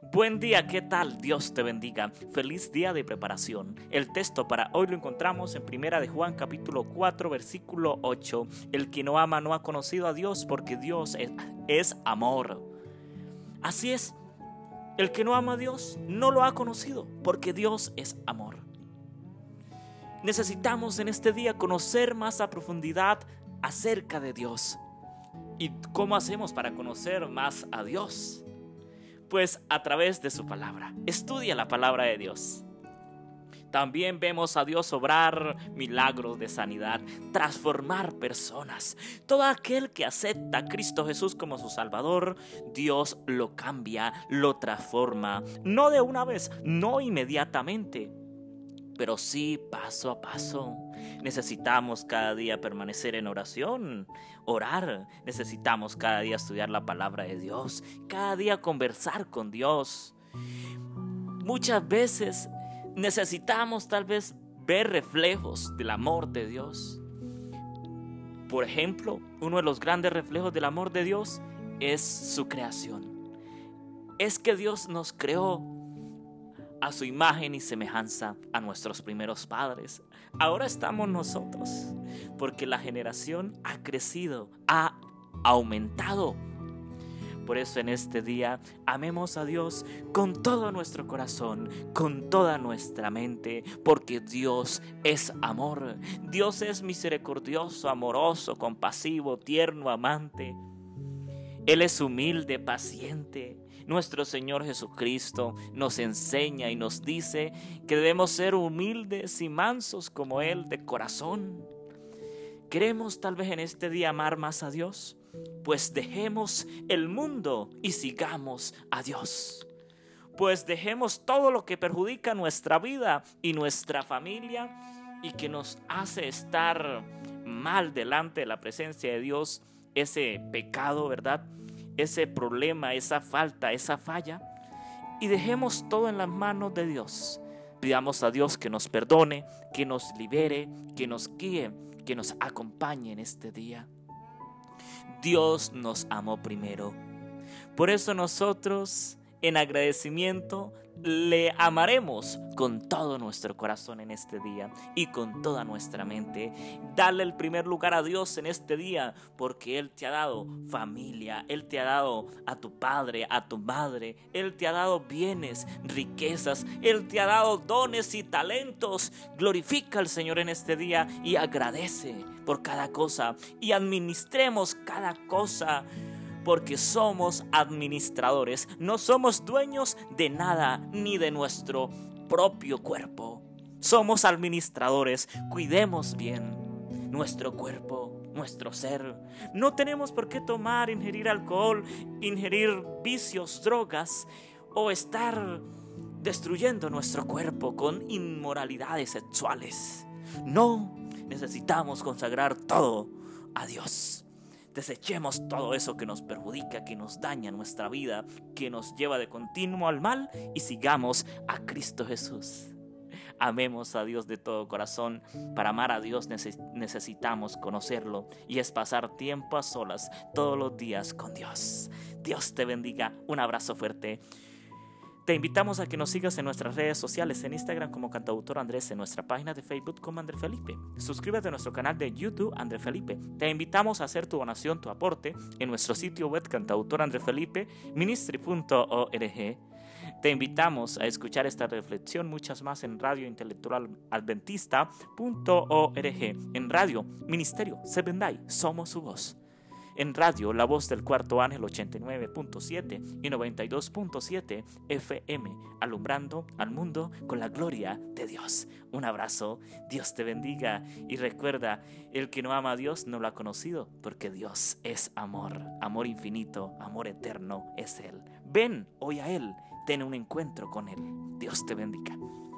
Buen día, ¿qué tal? Dios te bendiga. Feliz día de preparación. El texto para hoy lo encontramos en Primera de Juan capítulo 4 versículo 8. El que no ama no ha conocido a Dios porque Dios es amor. Así es, el que no ama a Dios no lo ha conocido porque Dios es amor. Necesitamos en este día conocer más a profundidad acerca de Dios. ¿Y cómo hacemos para conocer más a Dios? Pues a través de su palabra. Estudia la palabra de Dios. También vemos a Dios obrar milagros de sanidad, transformar personas. Todo aquel que acepta a Cristo Jesús como su Salvador, Dios lo cambia, lo transforma. No de una vez, no inmediatamente, pero sí paso a paso. Necesitamos cada día permanecer en oración, orar. Necesitamos cada día estudiar la palabra de Dios, cada día conversar con Dios. Muchas veces necesitamos tal vez ver reflejos del amor de Dios. Por ejemplo, uno de los grandes reflejos del amor de Dios es su creación. Es que Dios nos creó a su imagen y semejanza, a nuestros primeros padres. Ahora estamos nosotros, porque la generación ha crecido, ha aumentado. Por eso en este día amemos a Dios con todo nuestro corazón, con toda nuestra mente, porque Dios es amor. Dios es misericordioso, amoroso, compasivo, tierno, amante. Él es humilde, paciente. Nuestro Señor Jesucristo nos enseña y nos dice que debemos ser humildes y mansos como Él de corazón. ¿Queremos tal vez en este día amar más a Dios? Pues dejemos el mundo y sigamos a Dios. Pues dejemos todo lo que perjudica nuestra vida y nuestra familia y que nos hace estar mal delante de la presencia de Dios, ese pecado, ¿verdad? Ese problema, esa falta, esa falla, y dejemos todo en las manos de Dios. Pidamos a Dios que nos perdone, que nos libere, que nos guíe, que nos acompañe en este día. Dios nos amó primero. Por eso nosotros, en agradecimiento, le amaremos con todo nuestro corazón en este día y con toda nuestra mente. Dale el primer lugar a Dios en este día, porque Él te ha dado familia, Él te ha dado a tu padre, a tu madre, Él te ha dado bienes, riquezas, Él te ha dado dones y talentos. Glorifica al Señor en este día y agradece por cada cosa y administremos cada cosa. Porque somos administradores, no somos dueños de nada ni de nuestro propio cuerpo. Somos administradores, cuidemos bien nuestro cuerpo, nuestro ser. No tenemos por qué tomar, ingerir alcohol, ingerir vicios, drogas o estar destruyendo nuestro cuerpo con inmoralidades sexuales. No, necesitamos consagrar todo a Dios. Desechemos todo eso que nos perjudica, que nos daña nuestra vida, que nos lleva de continuo al mal y sigamos a Cristo Jesús. Amemos a Dios de todo corazón. Para amar a Dios necesitamos conocerlo y es pasar tiempo a solas todos los días con Dios. Dios te bendiga. Un abrazo fuerte. Te invitamos a que nos sigas en nuestras redes sociales, en Instagram como Cantautor Andrés, en nuestra página de Facebook como André Felipe. Suscríbete a nuestro canal de YouTube André Felipe. Te invitamos a hacer tu donación, tu aporte en nuestro sitio web Cantautor André Felipe ministry.org. Te invitamos a escuchar esta reflexión, muchas más en Radio Intelectual Adventista.org, en Radio Ministerio Sebendai, somos su voz. En radio, La Voz del Cuarto Ángel 89.7 y 92.7 FM, alumbrando al mundo con la gloria de Dios. Un abrazo, Dios te bendiga y recuerda, el que no ama a Dios no lo ha conocido, porque Dios es amor, amor infinito, amor eterno es Él. Ven hoy a Él, ten un encuentro con Él. Dios te bendiga.